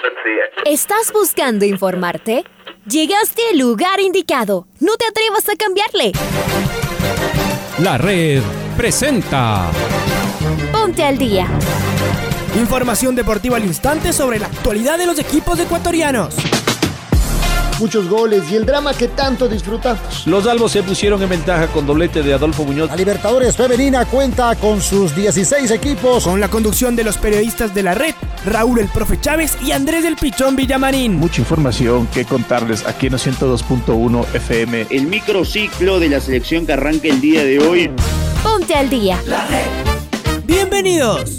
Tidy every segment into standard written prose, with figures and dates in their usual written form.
¿Estás buscando informarte? Llegaste al lugar indicado. No te atrevas a cambiarle. La Red presenta Ponte al día. Información deportiva al instante sobre la actualidad de los equipos ecuatorianos. Muchos goles y el drama que tanto disfrutamos. Los albos se pusieron en ventaja con doblete de Adolfo Muñoz. La Libertadores Femenina cuenta con sus 16 equipos. Con la conducción de los periodistas de La Red, Raúl el Profe Chávez y Andrés el Pichón Villamarín. Mucha información que contarles aquí en 102.1 FM. El microciclo de la selección que arranca el día de hoy. Ponte al día. La Red. Bienvenidos.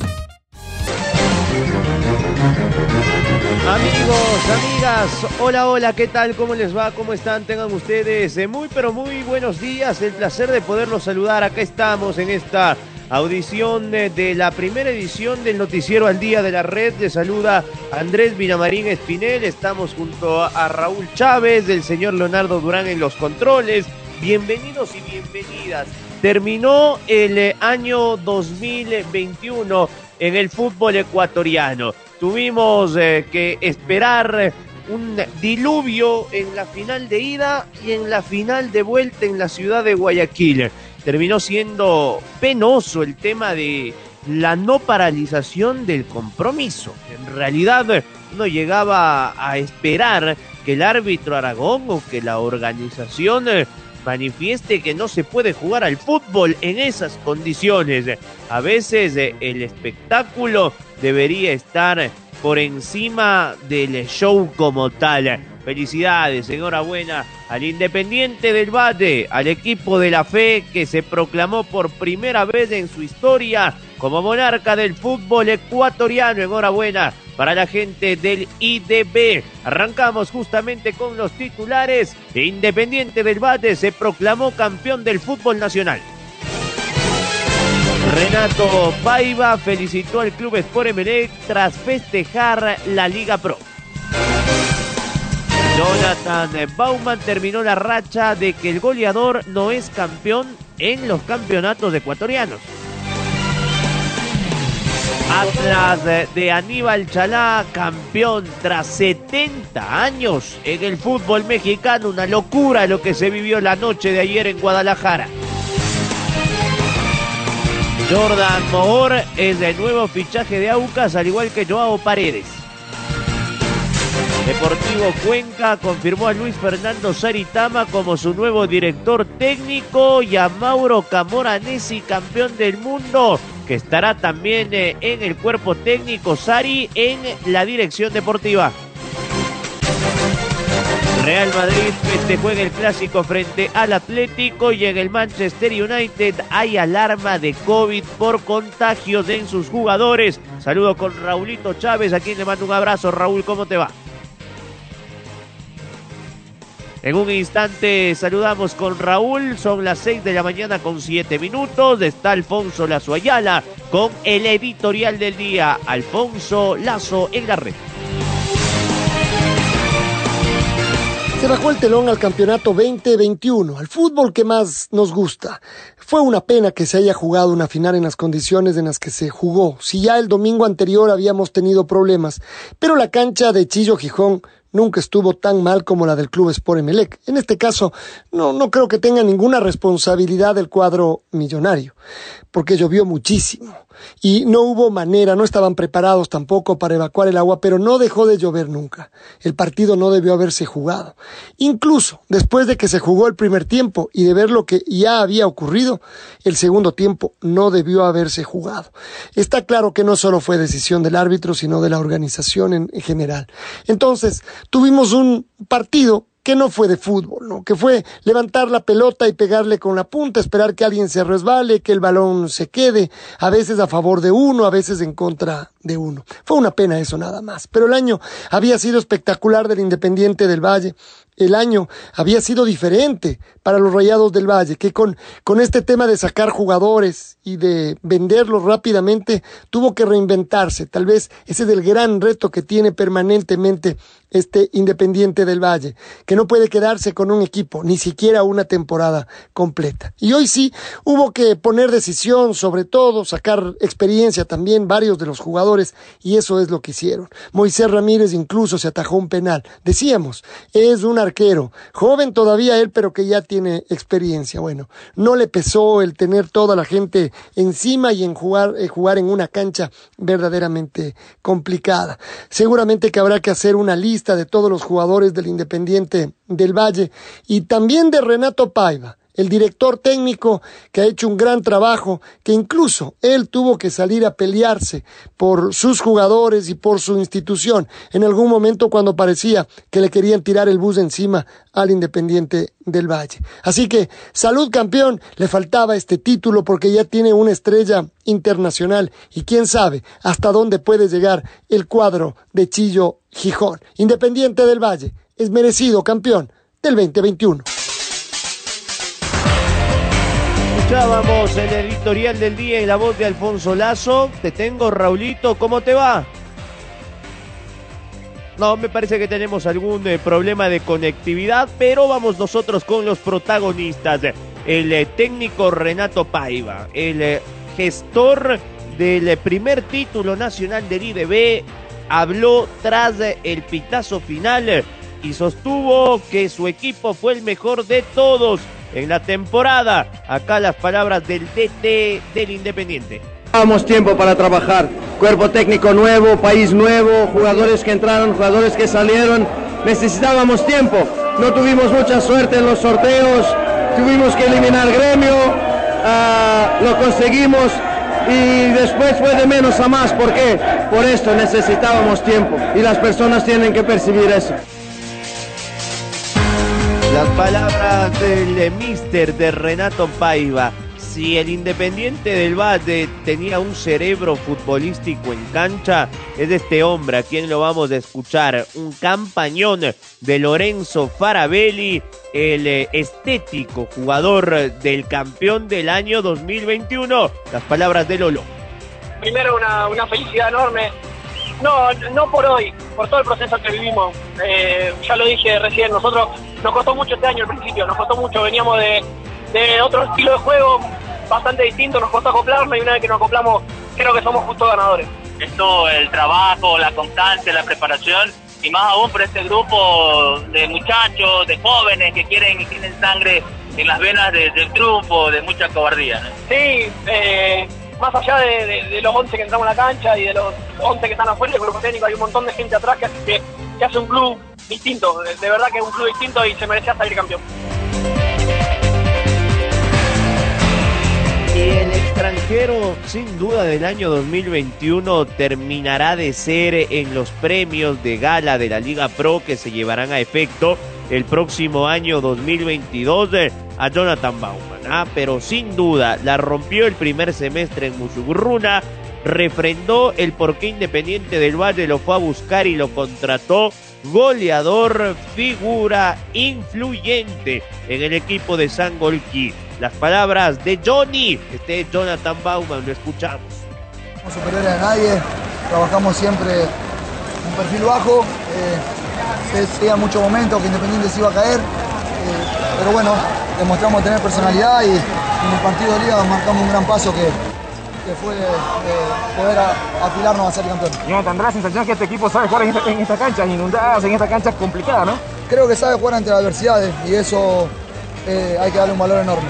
Amigos, amigas, hola, ¿qué tal? ¿Cómo les va? ¿Cómo están? Tengan ustedes muy buenos días. El placer de poderlos saludar. Acá estamos en esta audición de la primera edición del Noticiero al Día de La Red. Les saluda Andrés Villamarín Espinel. Estamos junto a Raúl Chávez, del señor Leonardo Durán en los controles. Bienvenidos y bienvenidas. Terminó el año 2021 en el fútbol ecuatoriano. Tuvimos que esperar un diluvio en la final de ida y en la final de vuelta en la ciudad de Guayaquil. Terminó siendo penoso el tema de la no paralización del compromiso. En realidad no llegaba a esperar que el árbitro Aragón o que la organización manifieste que no se puede jugar al fútbol en esas condiciones. A veces el espectáculo debería estar por encima del show como tal. Felicidades, enhorabuena al Independiente del Valle, al equipo de la fe que se proclamó por primera vez en su historia como monarca del fútbol ecuatoriano. Enhorabuena para la gente del IDB. Arrancamos justamente con los titulares. Independiente del Valle se proclamó campeón del fútbol nacional. Renato Paiva felicitó al Club Sport Emelec tras festejar la Liga Pro. Jonathan Bauman terminó la racha de que el goleador no es campeón en los campeonatos ecuatorianos. Atlas de Aníbal Chalá, campeón tras 70 años en el fútbol mexicano. Una locura lo que se vivió la noche de ayer en Guadalajara. Jordan Mohor es el nuevo fichaje de Aucas, al igual que Joao Paredes. Deportivo Cuenca confirmó a Luis Fernando Saritama como su nuevo director técnico y a Mauro Camoranesi, campeón del mundo, que estará también en el cuerpo técnico Sari en la dirección deportiva. Real Madrid festejó en el clásico frente al Atlético y en el Manchester United hay alarma de COVID por contagios en sus jugadores. Saludo con Raulito Chávez, a quien le mando un abrazo. Raúl, ¿cómo te va? En un instante saludamos con Raúl, son las 6 de la mañana con 7 minutos. Está Alfonso Lazo Ayala con el editorial del día. Alfonso Lazo en la red. Se bajó el telón al campeonato 2021, al fútbol que más nos gusta. Fue una pena que se haya jugado una final en las condiciones en las que se jugó. Si ya el domingo anterior habíamos tenido problemas, pero la cancha de Chillo Gijón nunca estuvo tan mal como la del Club Sport Emelec. En este caso, no creo que tenga ninguna responsabilidad del cuadro millonario, porque llovió muchísimo y no hubo manera, no estaban preparados tampoco para evacuar el agua, pero no dejó de llover nunca. El partido no debió haberse jugado. Incluso después de que se jugó el primer tiempo y de ver lo que ya había ocurrido, el segundo tiempo no debió haberse jugado. Está claro que no solo fue decisión del árbitro, sino de la organización en general. Entonces, tuvimos un partido que no fue de fútbol, ¿no? Que fue levantar la pelota y pegarle con la punta, esperar que alguien se resbale, que el balón se quede, a veces a favor de uno, a veces en contra de uno. Fue una pena eso nada más. Pero el año había sido espectacular del Independiente del Valle. el año había sido diferente para los Rayados del Valle, que con este tema de sacar jugadores y de venderlos rápidamente tuvo que reinventarse. Tal vez ese es el gran reto que tiene permanentemente este Independiente del Valle, que no puede quedarse con un equipo, ni siquiera una temporada completa. Y hoy sí hubo que poner decisión, sobre todo sacar experiencia también varios de los jugadores, y eso es lo que hicieron. Moisés Ramírez incluso se atajó un penal. Decíamos, es un arquero, joven todavía él, pero que ya tiene experiencia. Bueno, no le pesó el tener toda la gente encima y en jugar en una cancha verdaderamente complicada. Seguramente que habrá que hacer una lista de todos los jugadores del Independiente del Valle y también de Renato Paiva, el director técnico que ha hecho un gran trabajo, que incluso él tuvo que salir a pelearse por sus jugadores y por su institución en algún momento cuando parecía que le querían tirar el bus encima al Independiente del Valle. Así que, salud campeón, le faltaba este título porque ya tiene una estrella internacional y quién sabe hasta dónde puede llegar el cuadro de Chillo Gijón. Independiente del Valle es merecido campeón del 2021. Escuchábamos el editorial del día en la voz de Alfonso Lazo. Te tengo, Raulito, ¿cómo te va? No, me parece que tenemos algún problema de conectividad, pero vamos nosotros con los protagonistas. El técnico Renato Paiva, el gestor del primer título nacional del IDB, habló tras el pitazo final y sostuvo que su equipo fue el mejor de todos en la temporada. Acá las palabras del DT del Independiente. Necesitábamos tiempo para trabajar, cuerpo técnico nuevo, país nuevo, jugadores que entraron, jugadores que salieron, necesitábamos tiempo, no tuvimos mucha suerte en los sorteos, tuvimos que eliminar Gremio, lo conseguimos y después fue de menos a más. ¿Por qué? Por esto necesitábamos tiempo y las personas tienen que percibir eso. Las palabras del míster de Renato Paiva. Si el Independiente del Valle tenía un cerebro futbolístico en cancha, es de este hombre a quien lo vamos a escuchar. Un campañón de Lorenzo Farabelli, el estético jugador del campeón del año 2021. Las palabras de Lolo. Primero una felicidad enorme. No por hoy, por todo el proceso que vivimos. Ya lo dije recién, nos costó mucho este año al principio, nos costó mucho, veníamos de otro estilo de juego bastante distinto, nos costó acoplarnos y una vez que nos acoplamos creo que somos justo ganadores. Esto, el trabajo, la constancia, la preparación y más aún por este grupo de muchachos, de jóvenes que quieren y tienen sangre en las venas del triunfo, de mucha cobardía, ¿no? Sí, más allá de los 11 que entramos a la cancha y de los 11 que están afuera del grupo técnico, hay un montón de gente atrás que hace un club distinto, de verdad que es un club distinto y se merecía salir campeón. Y el extranjero, sin duda, del año 2021 terminará de ser en los premios de gala de la Liga Pro que se llevarán a efecto el próximo año 2022 a Jonathan Baumann. Pero sin duda la rompió el primer semestre en Musugruna, refrendó el porqué Independiente del Valle lo fue a buscar y lo contrató. Goleador, figura influyente en el equipo de Sangolquí. Las palabras de Johnny, Jonathan Baumann, lo escuchamos. No somos superiores a nadie, trabajamos siempre un perfil bajo, se decía en muchos momentos que Independiente se iba a caer, pero bueno, demostramos tener personalidad y en el partido de Liga marcamos un gran paso que fue poder afilarnos a ser campeón. No, tendrá la sensación que este equipo sabe jugar en esta cancha, inundadas, en esta cancha complicada, ¿no? Creo que sabe jugar ante las adversidades y eso hay que darle un valor enorme.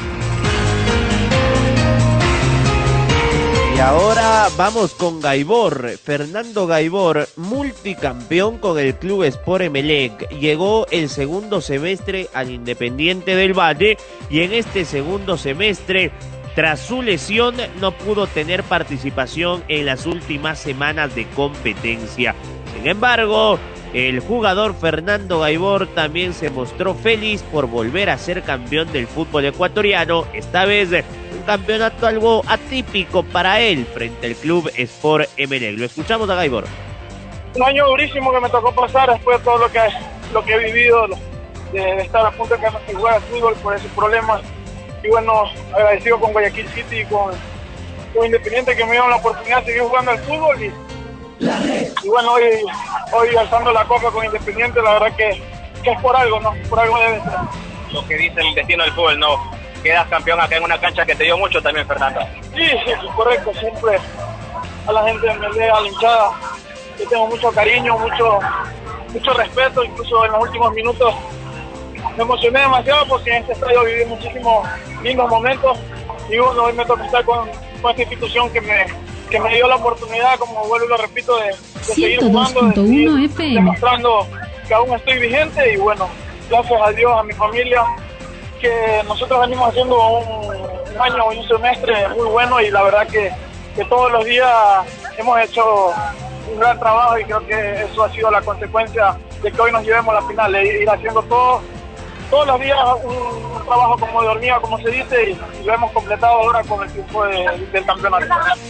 Y ahora vamos con Gaibor. Fernando Gaibor, multicampeón con el Club Sport Emelec. Llegó el segundo semestre al Independiente del Valle y en este segundo semestre, tras su lesión, no pudo tener participación en las últimas semanas de competencia. Sin embargo, el jugador Fernando Gaibor también se mostró feliz por volver a ser campeón del fútbol ecuatoriano, esta vez un campeonato algo atípico para él frente al Club Sport Emelec. Lo escuchamos a Gaibor. Un año durísimo que me tocó pasar después de todo lo que he vivido, de estar a punto de jugar al fútbol por esos problemas. Y bueno, agradecido con Guayaquil City y con Independiente que me dieron la oportunidad de seguir jugando al fútbol. Y bueno, hoy alzando la copa con Independiente, la verdad que es por algo, ¿no? Por algo debe ser. Lo que dice el destino del fútbol, ¿no? Quedas campeón acá en una cancha que te dio mucho también, Fernando. Sí, correcto. Siempre a la gente de Melé, a la hinchada, yo tengo mucho cariño, mucho respeto. Incluso en los últimos minutos me emocioné demasiado porque en este estadio viví muchísimos lindos momentos. Y bueno, hoy me toca estar con esta institución que me dio la oportunidad, como vuelvo y lo repito, de seguir jugando, de seguir demostrando que aún estoy vigente. Y bueno, gracias a Dios, a mi familia, que nosotros venimos haciendo un año y un semestre muy bueno, y la verdad que todos los días hemos hecho un gran trabajo, y creo que eso ha sido la consecuencia de que hoy nos llevemos a la final, de ir haciendo todos los días un trabajo como de hormiga, como se dice, y lo hemos completado ahora con el triunfo del campeonato.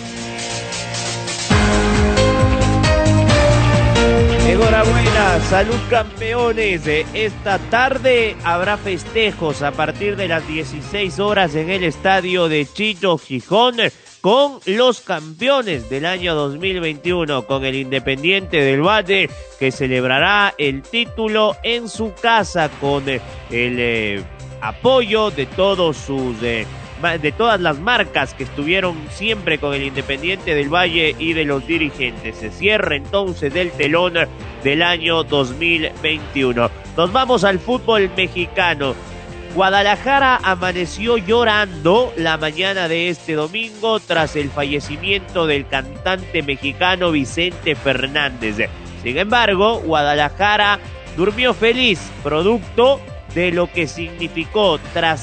Enhorabuena, salud campeones. Esta tarde habrá festejos a partir de las 16 horas en el estadio de Chillo, Gijón, con los campeones del año 2021, con el Independiente del Valle, que celebrará el título en su casa con el apoyo de de todas las marcas que estuvieron siempre con el Independiente del Valle y de los dirigentes. Se cierra entonces el telón del año 2021. Nos vamos al fútbol mexicano. Guadalajara amaneció llorando la mañana de este domingo tras el fallecimiento del cantante mexicano Vicente Fernández. Sin embargo, Guadalajara durmió feliz, producto de lo que significó tras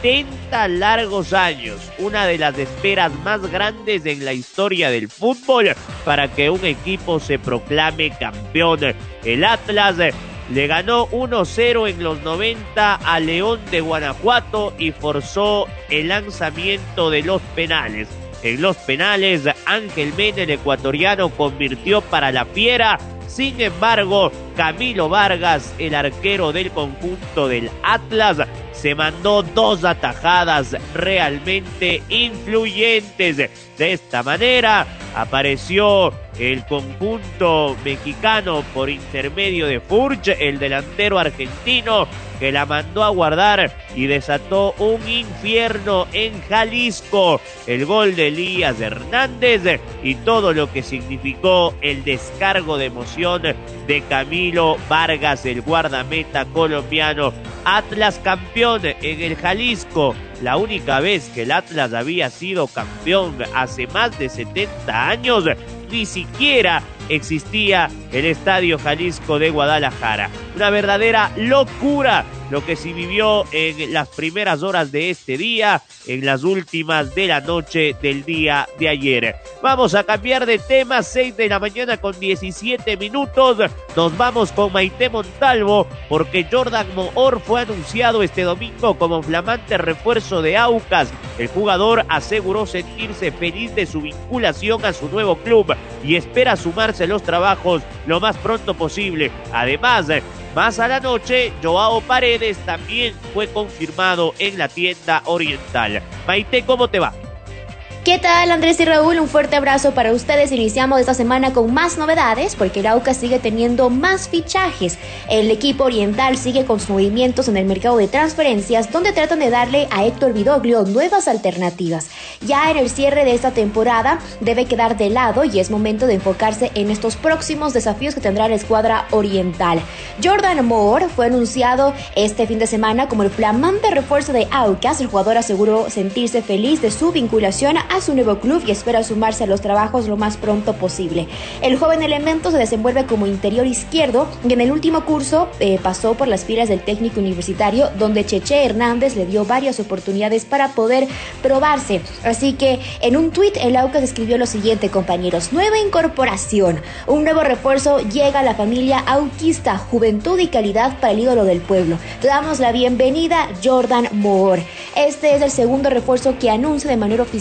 70 largos años, una de las esperas más grandes en la historia del fútbol para que un equipo se proclame campeón. El Atlas le ganó 1-0 en los 90 a León de Guanajuato y forzó el lanzamiento de los penales. En los penales, Ángel Mena, el ecuatoriano, convirtió para la Fiera. Sin embargo, Camilo Vargas, el arquero del conjunto del Atlas, se mandó 2 atajadas realmente influyentes. De esta manera, apareció el conjunto mexicano por intermedio de Furch, el delantero argentino, que la mandó a guardar y desató un infierno en Jalisco. El gol de Elías Hernández y todo lo que significó el descargo de emoción de Camilo Vargas, el guardameta colombiano. Atlas campeón en el Jalisco, la única vez que el Atlas había sido campeón hace más de 70 años. Ni siquiera existía el Estadio Jalisco de Guadalajara. Una verdadera locura lo que se vivió en las primeras horas de este día, en las últimas de la noche del día de ayer. Vamos a cambiar de tema, 6 de la mañana con 17 minutos. Nos vamos con Maite Montalvo, porque Jordan Moore fue anunciado este domingo como flamante refuerzo de Aucas. El jugador aseguró sentirse feliz de su vinculación a su nuevo club y espera sumarse a los trabajos lo más pronto posible. Además, más a la noche, Joao Paredes también fue confirmado en la tienda oriental. Maite, ¿cómo te va? ¿Qué tal, Andrés y Raúl? Un fuerte abrazo para ustedes. Iniciamos esta semana con más novedades porque el Aucas sigue teniendo más fichajes. El equipo oriental sigue con sus movimientos en el mercado de transferencias, donde tratan de darle a Héctor Vidoglio nuevas alternativas. Ya en el cierre de esta temporada debe quedar de lado y es momento de enfocarse en estos próximos desafíos que tendrá la escuadra oriental. Jordan Moore fue anunciado este fin de semana como el flamante refuerzo de Aucas. El jugador aseguró sentirse feliz de su vinculación a su nuevo club y espera sumarse a los trabajos lo más pronto posible. El joven elemento se desenvuelve como interior izquierdo y en el último curso pasó por las filas del técnico universitario, donde Cheche Hernández le dio varias oportunidades para poder probarse. Así que en un tuit el Aucas escribió lo siguiente: compañeros, nueva incorporación, un nuevo refuerzo llega a la familia auquista, juventud y calidad para el ídolo del pueblo. Te damos la bienvenida, Jordan Moore. Este es el segundo refuerzo que anuncia de manera oficial el Aucas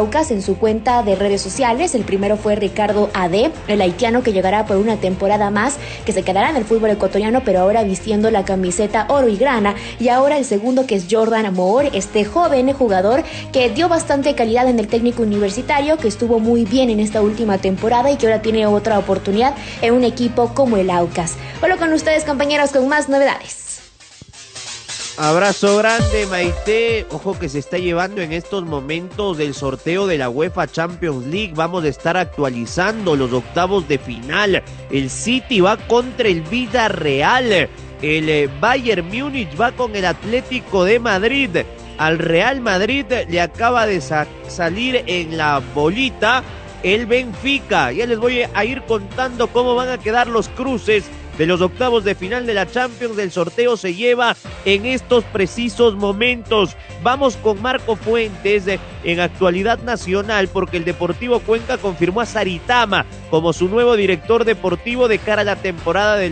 Aucas en su cuenta de redes sociales. El primero fue Ricardo Ade, el haitiano que llegará por una temporada más, que se quedará en el fútbol ecuatoriano, pero ahora vistiendo la camiseta oro y grana. Y ahora el segundo, que es Jordan Moore, este joven jugador que dio bastante calidad en el técnico universitario, que estuvo muy bien en esta última temporada y que ahora tiene otra oportunidad en un equipo como el Aucas. Hola con ustedes, compañeros, con más novedades. Abrazo grande, Maite. Ojo que se está llevando en estos momentos el sorteo de la UEFA Champions League. Vamos a estar actualizando los octavos de final. El City va contra el Villarreal. El Bayern Múnich va con el Atlético de Madrid. Al Real Madrid le acaba de salir en la bolita el Benfica. Ya les voy a ir contando cómo van a quedar los cruces de los octavos de final de la Champions. El sorteo se lleva en estos precisos momentos. Vamos con Marco Fuentes en actualidad nacional, porque el Deportivo Cuenca confirmó a Saritama como su nuevo director deportivo de cara a la temporada del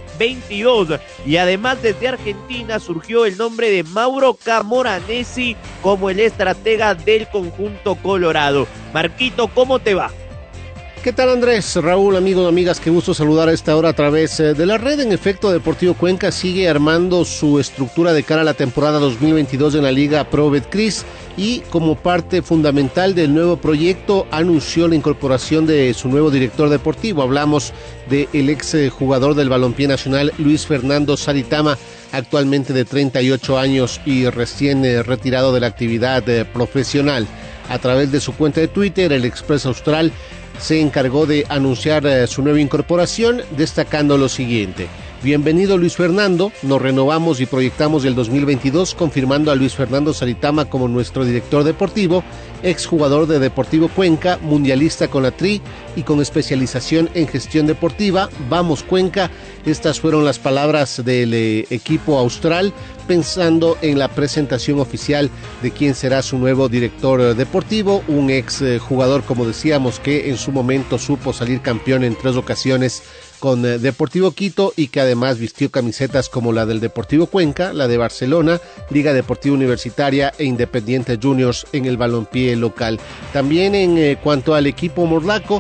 2022. Y además desde Argentina surgió el nombre de Mauro Camoranesi como el estratega del conjunto colorado. Marquito, ¿cómo te va? ¿Qué tal, Andrés? Raúl, amigos, amigas, qué gusto saludar a esta hora a través de la red. En efecto, Deportivo Cuenca sigue armando su estructura de cara a la temporada 2022 en la Liga Pro Betcris y como parte fundamental del nuevo proyecto anunció la incorporación de su nuevo director deportivo. Hablamos del ex jugador del balompié nacional Luis Fernando Saritama, actualmente de 38 años y recién retirado de la actividad profesional. A través de su cuenta de Twitter, el Express Austral se encargó de anunciar su nueva incorporación, destacando lo siguiente: bienvenido Luis Fernando, nos renovamos y proyectamos el 2022 confirmando a Luis Fernando Saritama como nuestro director deportivo, exjugador de Deportivo Cuenca, mundialista con la TRI y con especialización en gestión deportiva. Vamos Cuenca. Estas fueron las palabras del equipo austral, pensando en la presentación oficial de quién será su nuevo director deportivo, un ex jugador, como decíamos, que en su momento supo salir campeón en 3 ocasiones con Deportivo Quito y que además vistió camisetas como la del Deportivo Cuenca, la de Barcelona, Liga Deportiva Universitaria e Independiente Juniors en el balompié local. También en cuanto al equipo morlaco,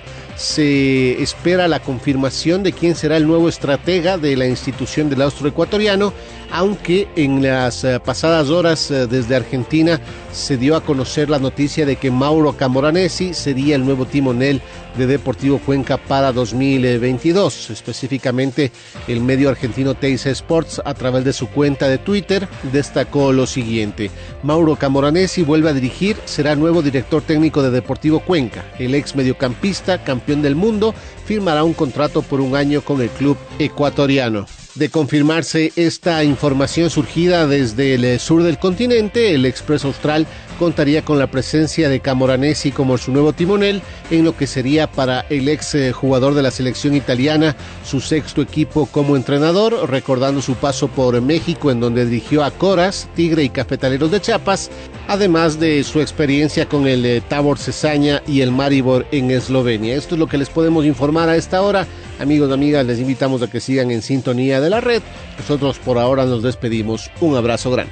se espera la confirmación de quién será el nuevo estratega de la institución del austroecuatoriano, aunque en las pasadas horas desde Argentina se dio a conocer la noticia de que Mauro Camoranesi sería el nuevo timonel de Deportivo Cuenca para 2022. Específicamente, el medio argentino Teis Sports, a través de su cuenta de Twitter, destacó lo siguiente: Mauro Camoranesi vuelve a dirigir, será nuevo director técnico de Deportivo Cuenca. El ex mediocampista, campeón del mundo, firmará un contrato por 1 año con el club ecuatoriano. De confirmarse esta información surgida desde el sur del continente, el Express Austral contaría con la presencia de Camoranesi como su nuevo timonel, en lo que sería para el ex jugador de la selección italiana su 6º equipo como entrenador, recordando su paso por México, en donde dirigió a Coras, Tigre y Cafetaleros de Chiapas, además de su experiencia con el Tabor Cesaña y el Maribor en Eslovenia. Esto es lo que les podemos informar a esta hora. Amigos, amigas, les invitamos a que sigan en sintonía de la red. Nosotros por ahora nos despedimos. Un abrazo grande.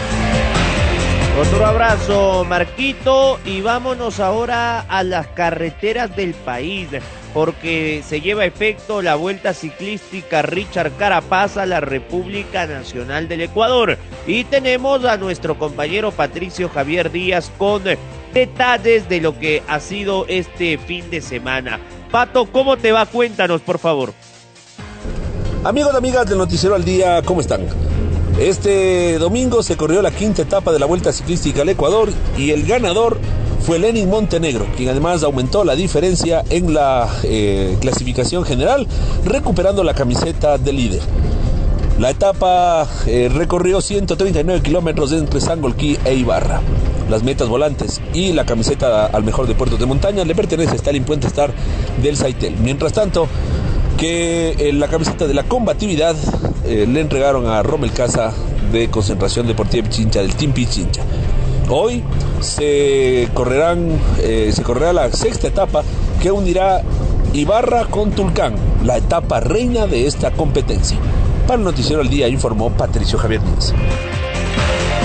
Otro abrazo, Marquito, y vámonos ahora a las carreteras del país, porque se lleva a efecto la Vuelta Ciclística Richard Carapaz a la República Nacional del Ecuador. Y tenemos a nuestro compañero Patricio Javier Díaz con detalles de lo que ha sido este fin de semana. Pato, ¿cómo te va? Cuéntanos, por favor. Amigos y amigas del Noticiero al Día, ¿cómo están? Este domingo se corrió la 5ª etapa de la Vuelta Ciclística al Ecuador y el ganador fue Lenin Montenegro, quien además aumentó la diferencia en la clasificación general, recuperando la camiseta de líder. La etapa recorrió 139 kilómetros entre Sangolquí e Ibarra. Las metas volantes y la camiseta al mejor de puertos de montaña le pertenece a Stalin Puente Star del Saitel. Mientras tanto, que la camiseta de la combatividad le entregaron a Rommel Casa de Concentración Deportiva Pichincha, del Team Pichincha. Hoy se correrá la 6ª etapa que unirá Ibarra con Tulcán, la etapa reina de esta competencia. Para el Noticiero al Día informó Patricio Javier Díaz.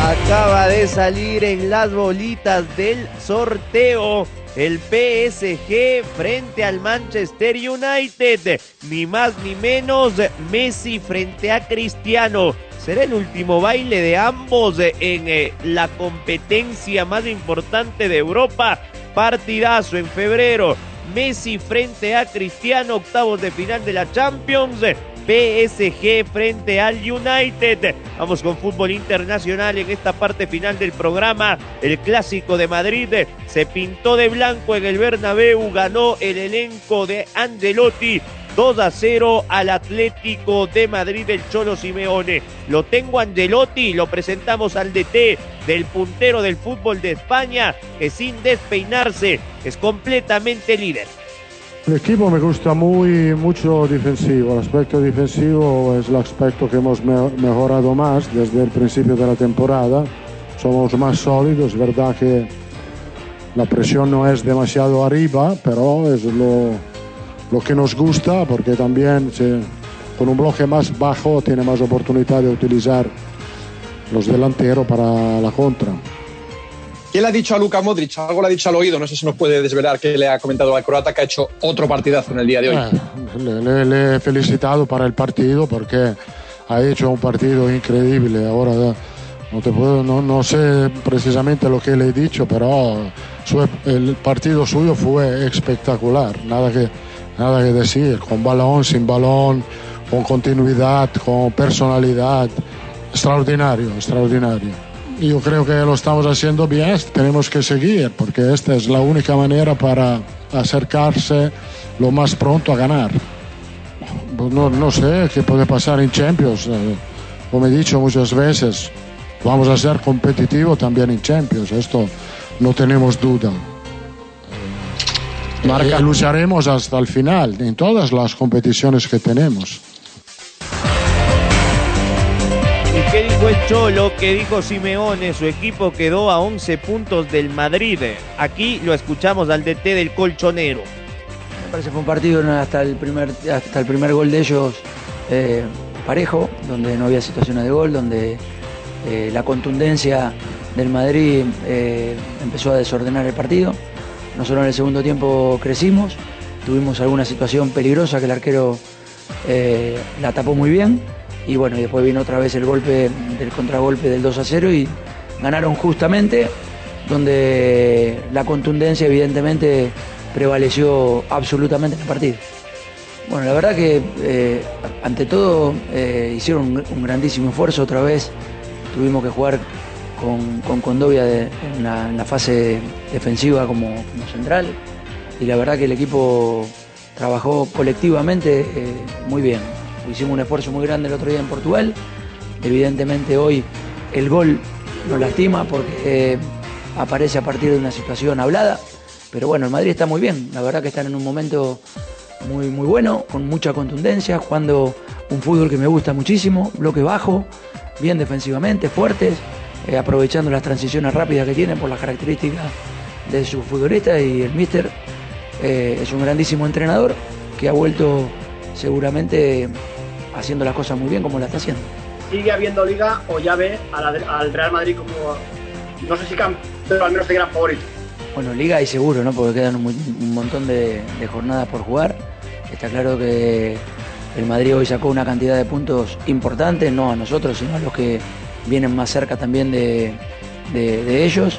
Acaba de salir en las bolitas del sorteo el PSG frente al Manchester United. Ni más ni menos, Messi frente a Cristiano. Será el último baile de ambos en la competencia más importante de Europa. Partidazo en febrero. Messi frente a Cristiano, octavos de final de la Champions. PSG frente al United. Vamos con fútbol internacional en esta parte final del programa. El Clásico de Madrid se pintó de blanco en el Bernabéu. Ganó el elenco de Ancelotti 2-0 al Atlético de Madrid del Cholo Simeone. Lo tengo Ancelotti, lo presentamos al DT del puntero del fútbol de España, que sin despeinarse es completamente líder. El equipo me gusta mucho defensivo. El aspecto defensivo es el aspecto que hemos mejorado más desde el principio de la temporada. Somos más sólidos, es verdad que la presión no es demasiado arriba, pero es lo que nos gusta, porque también con un bloque más bajo tiene más oportunidad de utilizar los delanteros para la contra. ¿Qué le ha dicho a Luka Modric? Algo le ha dicho al oído, no sé si nos puede desvelar qué le ha comentado al croata, que ha hecho otro partidazo en el día de hoy. Le he felicitado para el partido porque ha hecho un partido increíble. Ahora no sé precisamente lo que le he dicho, pero el partido suyo fue espectacular, nada que decir, con balón, sin balón, con continuidad, con personalidad, extraordinario. Yo creo que lo estamos haciendo bien, tenemos que seguir, porque esta es la única manera para acercarse lo más pronto a ganar. No sé qué puede pasar en Champions, como he dicho muchas veces, vamos a ser competitivos también en Champions, esto no tenemos duda. Lucharemos hasta el final en todas las competiciones que tenemos. ¿Y qué dijo el Cholo? ¿Qué dijo Simeone? Su equipo quedó a 11 puntos del Madrid. Aquí lo escuchamos al DT del colchonero. Me parece que fue un partido hasta el primer gol de ellos parejo, donde no había situaciones de gol, donde la contundencia del Madrid empezó a desordenar el partido. Nosotros en el segundo tiempo crecimos, tuvimos alguna situación peligrosa que el arquero la tapó muy bien. Y bueno, y después vino otra vez el contragolpe del 2-0 y ganaron justamente, donde la contundencia evidentemente prevaleció absolutamente en el partido. Bueno, la verdad que ante todo hicieron un grandísimo esfuerzo. Otra vez tuvimos que jugar con Condovia en la fase defensiva como central, y la verdad que el equipo trabajó colectivamente muy bien. Hicimos un esfuerzo muy grande el otro día en Portugal. Evidentemente hoy el gol nos lastima porque aparece a partir de una situación hablada, pero bueno, el Madrid está muy bien, la verdad que están en un momento muy bueno, con mucha contundencia, jugando un fútbol que me gusta muchísimo, bloque bajo, bien defensivamente, fuertes, aprovechando las transiciones rápidas que tienen por las características de sus futbolistas, y el míster es un grandísimo entrenador que ha vuelto seguramente haciendo las cosas muy bien como la está haciendo. ¿Sigue habiendo liga o ya ve al Real Madrid como, no sé si campeón, pero al menos de gran favorito? Bueno, liga hay seguro, ¿no? Porque quedan un montón de jornadas por jugar. Está claro que el Madrid hoy sacó una cantidad de puntos importantes, no a nosotros, sino a los que vienen más cerca también de ellos.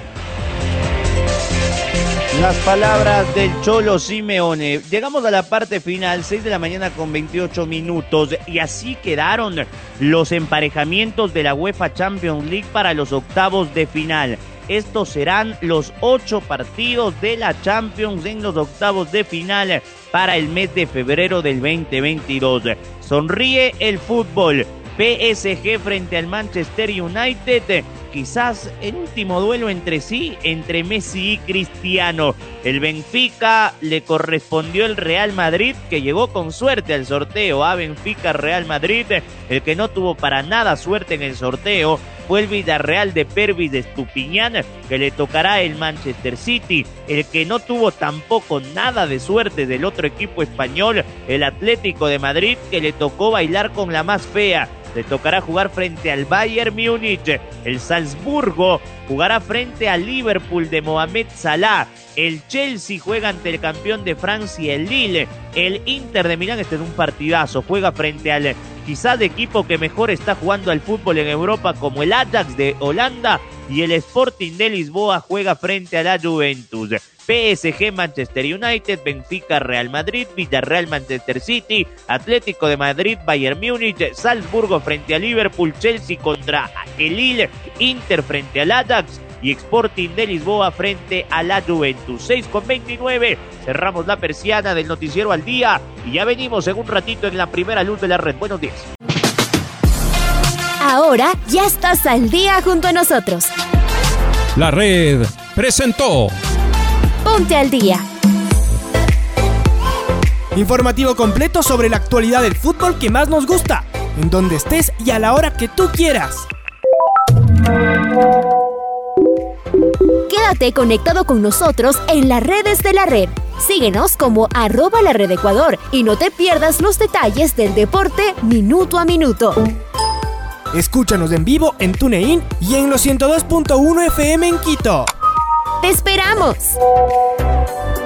Las palabras del Cholo Simeone. Llegamos a la parte final, 6 de la mañana con 28 minutos, y así quedaron los emparejamientos de la UEFA Champions League para los octavos de final. Estos serán los 8 partidos de la Champions en los octavos de final para el mes de febrero del 2022. Sonríe el fútbol. PSG frente al Manchester United, quizás el último duelo entre Messi y Cristiano. El Benfica le correspondió el Real Madrid, que llegó con suerte al sorteo. Benfica Real Madrid. El que no tuvo para nada suerte en el sorteo fue el Villarreal de Pervis de Estupiñán, que le tocará el Manchester City. El que no tuvo tampoco nada de suerte del otro equipo español, el Atlético de Madrid, que le tocó bailar con la más fea, le tocará jugar frente al Bayern Múnich. El Salzburgo jugará frente al Liverpool de Mohamed Salah. El Chelsea juega ante el campeón de Francia, el Lille. El Inter de Milán, este es un partidazo, juega frente al quizás equipo que mejor está jugando al fútbol en Europa, como el Ajax de Holanda. Y el Sporting de Lisboa juega frente a la Juventus. PSG, Manchester United, Benfica, Real Madrid, Villarreal, Manchester City, Atlético de Madrid, Bayern Múnich, Salzburgo frente a Liverpool, Chelsea contra el Lille, Inter frente al Ajax y Sporting de Lisboa frente a la Juventus. 6:29, cerramos la persiana del Noticiero al Día y ya venimos en un ratito en la primera luz de la red. Buenos días. Ahora ya estás al día junto a nosotros. La Red presentó Ponte al Día. Informativo completo sobre la actualidad del fútbol que más nos gusta, en donde estés y a la hora que tú quieras. Quédate conectado con nosotros en las redes de la red. Síguenos como @LaRedEcuador y no te pierdas los detalles del deporte minuto a minuto. Escúchanos en vivo en TuneIn y en los 102.1 FM en Quito. ¡Te esperamos!